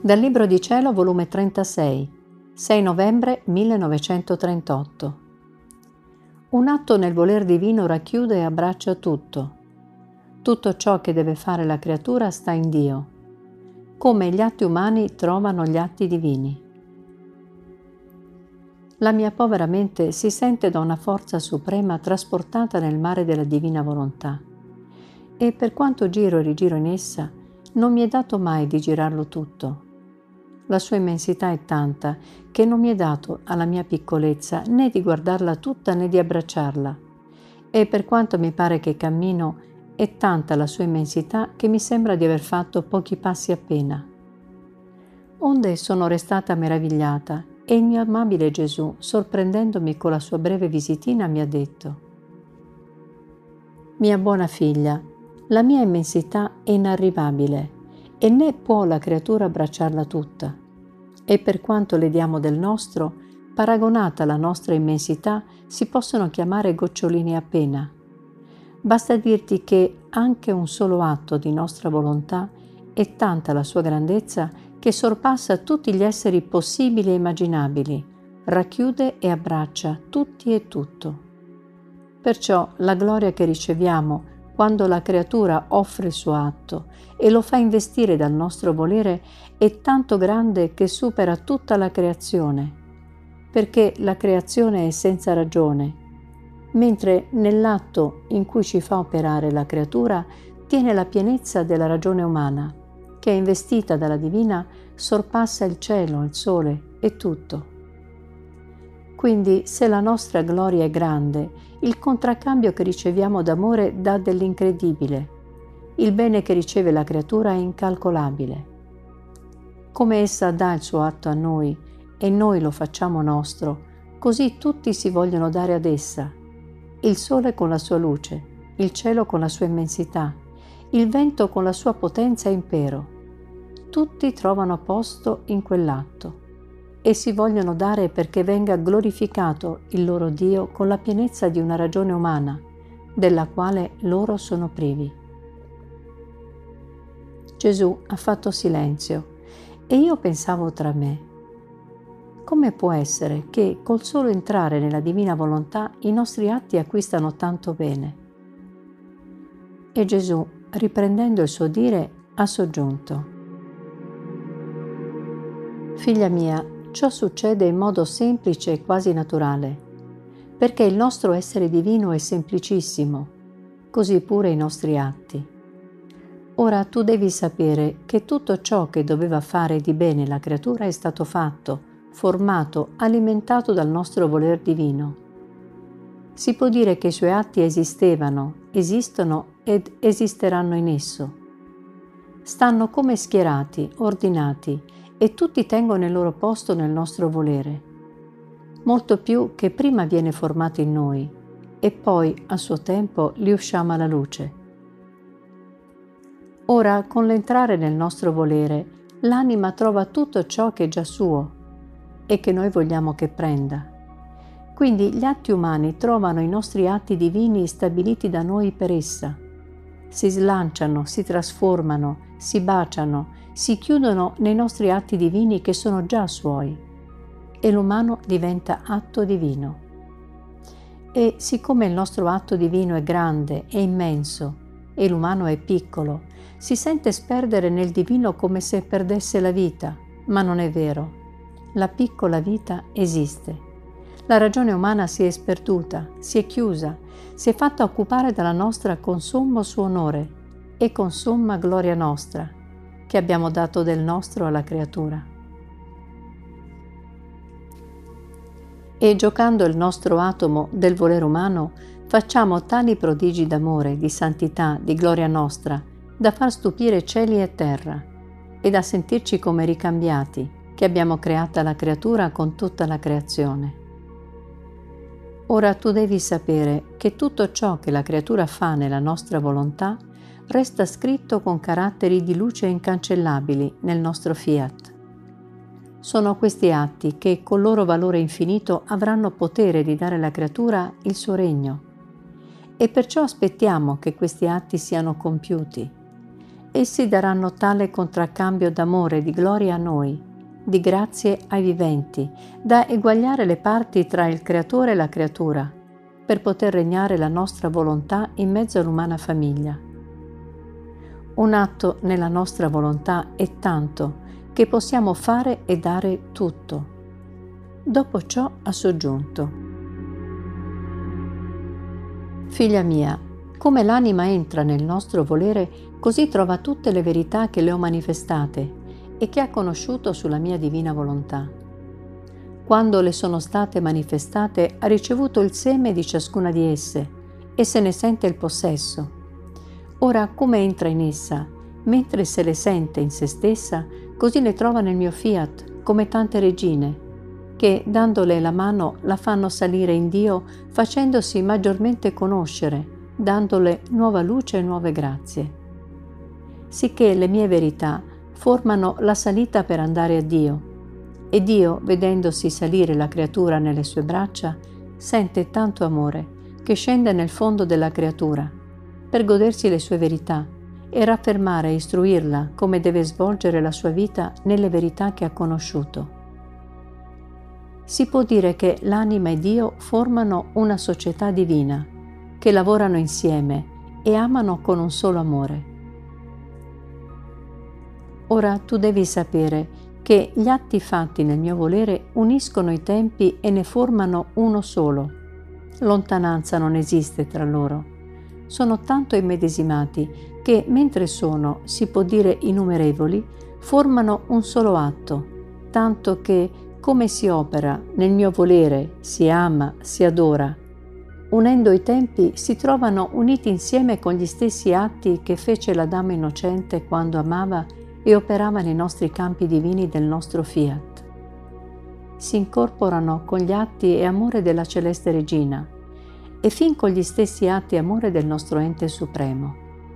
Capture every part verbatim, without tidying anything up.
Dal Libro di Cielo, volume trentasei, sei novembre millenovecentotrentotto. Un atto nel voler divino racchiude e abbraccia tutto. Tutto ciò che deve fare la creatura sta in Dio, come gli atti umani trovano gli atti divini. La mia povera mente si sente da una forza suprema trasportata nel mare della divina volontà, e per quanto giro e rigiro in essa, non mi è dato mai di girarlo tutto. La sua immensità è tanta che non mi è dato alla mia piccolezza né di guardarla tutta né di abbracciarla, e per quanto mi pare che cammino, è tanta la sua immensità che mi sembra di aver fatto pochi passi appena. Onde sono restata meravigliata, e il mio amabile Gesù, sorprendendomi con la sua breve visitina, mi ha detto: «Mia buona figlia, la mia immensità è inarrivabile, e né può la creatura abbracciarla tutta. E per quanto le diamo del nostro, paragonata alla nostra immensità, si possono chiamare gocciolini appena. Basta dirti che anche un solo atto di nostra volontà è tanta la sua grandezza che sorpassa tutti gli esseri possibili e immaginabili, racchiude e abbraccia tutti e tutto. Perciò la gloria che riceviamo quando la creatura offre il suo atto e lo fa investire dal nostro volere è tanto grande che supera tutta la creazione, perché la creazione è senza ragione, mentre nell'atto in cui ci fa operare la creatura tiene la pienezza della ragione umana, che investita dalla divina sorpassa il cielo, il sole e tutto. Quindi se la nostra gloria è grande, il contraccambio che riceviamo d'amore dà dell'incredibile. Il bene che riceve la creatura è incalcolabile. Come essa dà il suo atto a noi e noi lo facciamo nostro, così tutti si vogliono dare ad essa. Il sole con la sua luce, il cielo con la sua immensità, il vento con la sua potenza e impero. Tutti trovano posto in quell'atto e si vogliono dare perché venga glorificato il loro Dio con la pienezza di una ragione umana, della quale loro sono privi. Gesù ha fatto silenzio e io pensavo tra me: come può essere che col solo entrare nella divina volontà i nostri atti acquistano tanto bene? E Gesù, riprendendo il suo dire, ha soggiunto: «Figlia mia, ciò succede in modo semplice e quasi naturale, perché il nostro essere divino è semplicissimo, così pure i nostri atti. Ora tu devi sapere che tutto ciò che doveva fare di bene la creatura è stato fatto, formato, alimentato dal nostro voler divino. Si può dire che i suoi atti esistevano, esistono ed esisteranno in esso. Stanno come schierati, ordinati, e tutti tengono il loro posto nel nostro volere, molto più che prima viene formato in noi, e poi a suo tempo li usciamo alla luce. Ora, con l'entrare nel nostro volere, l'anima trova tutto ciò che è già suo e che noi vogliamo che prenda. Quindi gli atti umani trovano i nostri atti divini stabiliti da noi per essa. Si slanciano, si trasformano, si baciano, si chiudono nei nostri atti divini che sono già suoi, e l'umano diventa atto divino. E siccome il nostro atto divino è grande e immenso e l'umano è piccolo, si sente sperdere nel divino come se perdesse la vita, ma non è vero. La piccola vita esiste. La ragione umana si è sperduta, si è chiusa, si è fatta occupare dalla nostra con sommo suo onore e con somma gloria nostra, che abbiamo dato del nostro alla creatura. E giocando il nostro atomo del volere umano, facciamo tali prodigi d'amore, di santità, di gloria nostra, da far stupire cieli e terra, e da sentirci come ricambiati, che abbiamo creata la creatura con tutta la creazione. Ora tu devi sapere che tutto ciò che la creatura fa nella nostra volontà resta scritto con caratteri di luce incancellabili nel nostro fiat. Sono questi atti che, col loro valore infinito, avranno potere di dare alla creatura il suo regno. E perciò aspettiamo che questi atti siano compiuti. essi daranno tale contraccambio d'amore e di gloria a noi, di grazie ai viventi, da eguagliare le parti tra il Creatore e la creatura, per poter regnare la nostra volontà in mezzo all'umana famiglia. Un atto nella nostra volontà è tanto che possiamo fare e dare tutto. Dopo ciò ha soggiunto: Figlia mia, come l'anima entra nel nostro volere, così trova tutte le verità che le ho manifestate e che ha conosciuto sulla mia divina volontà. Quando le sono state manifestate, ha ricevuto il seme di ciascuna di esse e se ne sente il possesso. Ora, come entra in essa, mentre se le sente in se stessa, così le trova nel mio fiat, come tante regine, che, dandole la mano, la fanno salire in Dio, facendosi maggiormente conoscere, dandole nuova luce e nuove grazie. Sicché le mie verità formano la salita per andare a Dio, e Dio, vedendosi salire la creatura nelle sue braccia, sente tanto amore che scende nel fondo della creatura, per godersi le sue verità e raffermare e istruirla come deve svolgere la sua vita nelle verità che ha conosciuto. Si può dire che l'anima e Dio formano una società divina, che lavorano insieme e amano con un solo amore. Ora tu devi sapere che gli atti fatti nel mio volere uniscono i tempi e ne formano uno solo. Lontananza non esiste tra loro. Sono tanto immedesimati che, mentre sono, si può dire innumerevoli, formano un solo atto, tanto che, come si opera nel mio volere, si ama, si adora. Unendo i tempi si trovano uniti insieme con gli stessi atti che fece la Dama innocente quando amava e operava nei nostri campi divini del nostro fiat. Si incorporano con gli atti e amore della celeste regina e fin con gli stessi atti e amore del nostro ente supremo.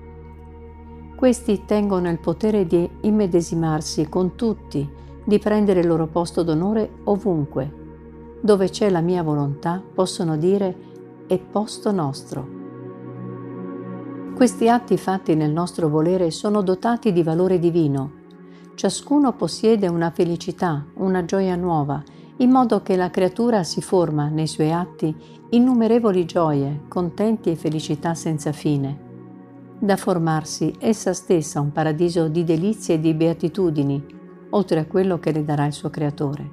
Questi tengono il potere di immedesimarsi con tutti, di prendere il loro posto d'onore ovunque. Dove c'è la mia volontà, possono dire, è posto nostro. Questi atti fatti nel nostro volere sono dotati di valore divino. Ciascuno possiede una felicità, una gioia nuova, in modo che la creatura si forma nei suoi atti innumerevoli gioie, contenti e felicità senza fine. Da formarsi essa stessa un paradiso di delizie e di beatitudini, oltre a quello che le darà il suo Creatore.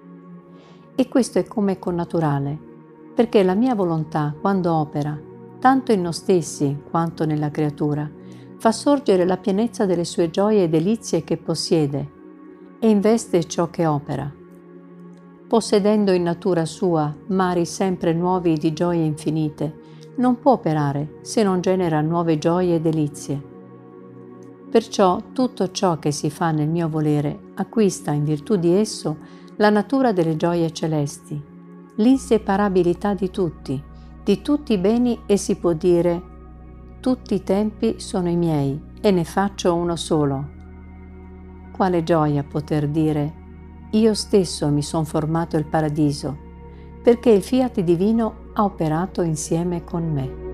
E questo è come connaturale, perché la mia volontà, quando opera, tanto in noi stessi quanto nella creatura, fa sorgere la pienezza delle sue gioie e delizie che possiede e investe ciò che opera. Possedendo in natura sua mari sempre nuovi di gioie infinite, non può operare se non genera nuove gioie e delizie. Perciò tutto ciò che si fa nel mio volere acquista in virtù di esso la natura delle gioie celesti, l'inseparabilità di tutti, di tutti i beni, e si può dire: tutti i tempi sono i miei e ne faccio uno solo. Quale gioia poter dire: io stesso mi son formato il paradiso, perché il fiat divino ha operato insieme con me.